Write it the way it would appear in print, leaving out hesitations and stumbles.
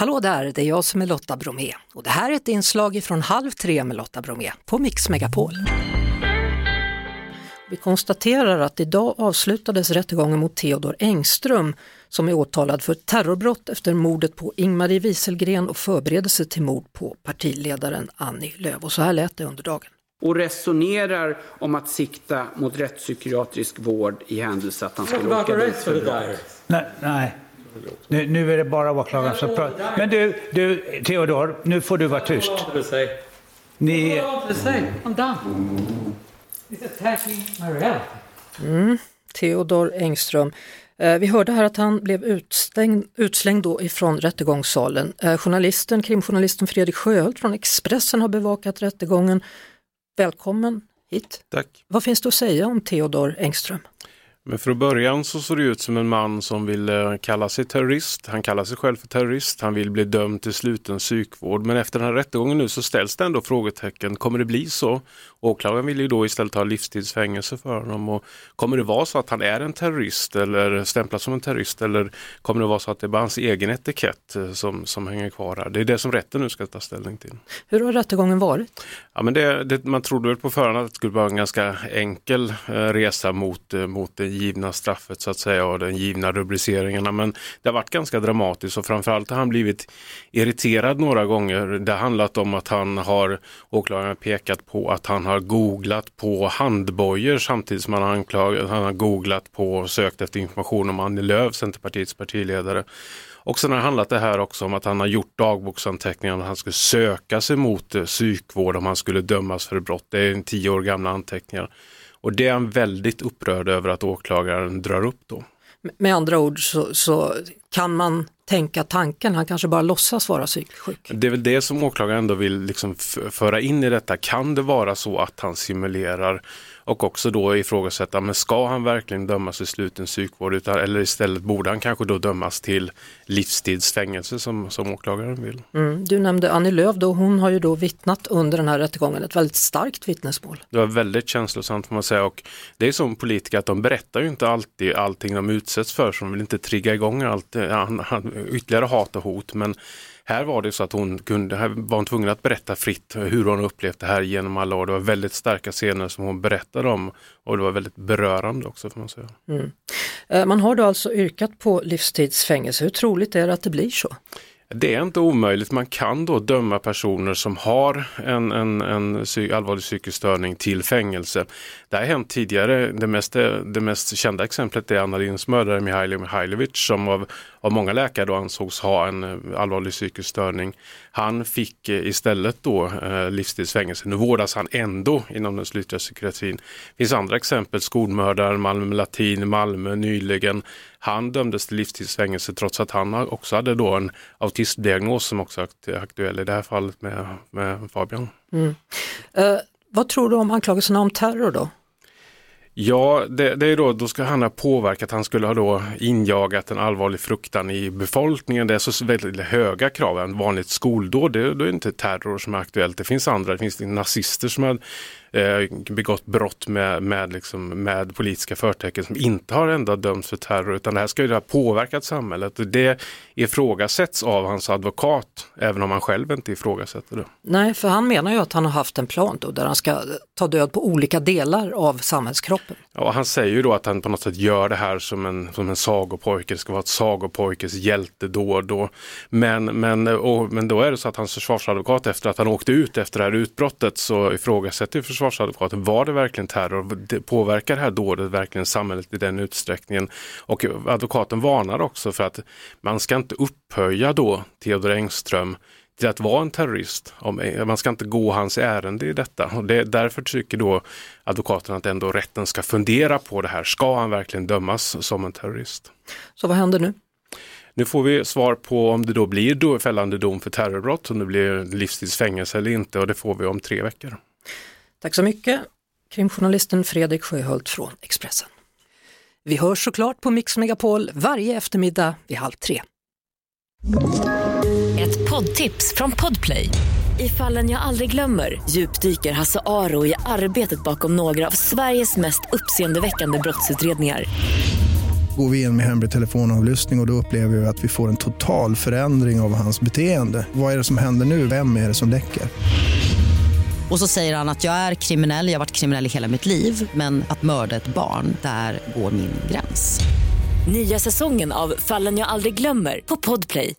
Hallå där, det är jag som är Lotta Bromé och det här är ett inslag från 2:30 med Lotta Bromé på Mix Megapol. Vi konstaterar att idag avslutades rättegången mot Theodor Engström som är åtalad för terrorbrott efter mordet på Ingmarie Wieselgren och förberedelse till mord på partiledaren Annie Lööf. Och så här lät det under dagen. Och resonerar om att sikta mot rättspsykiatrisk vård i händelse att han skulle åka dit för brott. Nej. Nu är det bara åklagaren som pratar. Men du Theodor, nu får du vara tyst. Theodor Engström. Vi hörde här att han blev utslängd då ifrån rättegångssalen. Krimjournalisten Fredrik Sjöholt från Expressen har bevakat rättegången. Välkommen hit. Tack. Vad finns det att säga om Theodor Engström? Men för början så såg det ut som en man som vill kalla sig terrorist. Han kallar sig själv för terrorist. Han vill bli dömd till sluten psykvård. Men efter den här rättegången nu så ställs det ändå frågetecken. Kommer det bli så? Åklagaren vill ju då istället ha livstidsfängelse för honom. Och kommer det vara så att han är en terrorist eller stämplas som en terrorist? Eller kommer det vara så att det är bara hans egen etikett som hänger kvar här? Det är det som rätten nu ska ta ställning till. Hur har rättegången varit? Ja, men man trodde väl på förhand att det skulle vara en ganska enkel resa mot det givna straffet så att säga och den givna rubriceringarna, men det har varit ganska dramatiskt och framförallt har han blivit irriterad några gånger. Det har handlat om att åklagaren pekat på att han har googlat på handbojor samtidigt som han har googlat på och sökt efter information om Annie Lööf, Centerpartiets partiledare. Och sen har det handlat det här också om att han har gjort dagboksanteckningar att han skulle söka sig mot psykvård om han skulle dömas för brott. Det är 10 år gamla anteckningar. Och det är han väldigt upprörd över att åklagaren drar upp då. Med andra ord så kan man tänka tanken, han kanske bara låtsas vara psykiskt sjuk. Det är väl det som åklagaren ändå vill liksom föra in i detta. Kan det vara så att han simulerar och också då ifrågasätta, men ska han verkligen dömas i sluten psykvård eller istället borde han kanske då dömas till livstidsfängelse som åklagaren vill. Du nämnde Annie Lööf då, hon har ju då vittnat under den här rättegången, ett väldigt starkt vittnesmål. Det var väldigt känslosamt får man säga och det är som politiker att de berättar ju inte alltid allting de utsätts för, så de vill inte trigga igång ytterligare hat och hot, men här var det så att hon var tvungen att berätta fritt hur hon upplevt det här genom alla år. Det var väldigt starka scener som hon berättade om och det var väldigt berörande också får man säga. Man har då alltså yrkat på livstidsfängelse. Hur troligt är det att det blir så? Det är inte omöjligt. Man kan då döma personer som har en allvarlig psykisk störning till fängelse. Det har hänt tidigare. Det mest kända exemplet är Anna Lindhs mördare Mihailo Mihailovic som av många läkare då ansågs ha en allvarlig psykisk störning. Han fick istället då livstidsfängelse. Nu vårdas han ändå inom den slutna psykiatrin. Det finns andra exempel. Skolmördaren Malmö Latin, Malmö nyligen. Han dömdes till livstidsfängelse trots att han också hade då en autismdiagnos som också är aktuell i det här fallet med Fabian. Vad tror du om anklagelserna om terror då? Ja, det är då ska han ha påverkat, han skulle ha då injagat en allvarlig fruktan i befolkningen. Det är så väldigt höga krav, en vanligt skoldåd, det är inte terror som är aktuellt. Det finns andra, det finns nazister som har begått brott med politiska förtecken som inte har ändå dömts för terror, utan det här ska ju ha påverkat samhället. Det ifrågasätts av hans advokat, även om han själv inte ifrågasätter det. Nej, för han menar ju att han har haft en plan då, där han ska ta död på olika delar av samhällskroppen. Ja, han säger ju då att han på något sätt gör det här som en sagopojke, det ska vara ett sagopojkes hjältedåd då. Men då är det så att hans försvarsadvokat efter att han åkte ut efter det här utbrottet så ifrågasätter försvarsadvokaten, var det verkligen terror? Påverkar det här dådet verkligen samhället i den utsträckningen? Och advokaten varnar också för att man ska inte upphöja då Theodor Engström till att vara en terrorist. Man ska inte gå hans ärende i detta. Och därför tycker då advokaten att ändå rätten ska fundera på det här. Ska han verkligen dömas som en terrorist? Så vad händer nu? Nu får vi svar på om det då blir fällande dom för terrorbrott, om det blir livstidsfängelse eller inte, och det får vi om 3 veckor. Tack så mycket, krimjournalisten Fredrik Sjöholt från Expressen. Vi hörs såklart på Mix Megapol varje eftermiddag vid 2:30. Ett poddtips från Podplay. I Fallen jag aldrig glömmer djupdyker Hasse Aro i arbetet bakom några av Sveriges mest uppseendeväckande brottsutredningar. Går vi in med hemlig telefonavlyssning och då upplever vi att vi får en total förändring av hans beteende. Vad är det som händer nu? Vem är det som läcker? Och så säger han att jag är kriminell, jag har varit kriminell i hela mitt liv. Men att mörda ett barn, där går min gräns. Nya säsongen av Fallen jag aldrig glömmer på Podplay.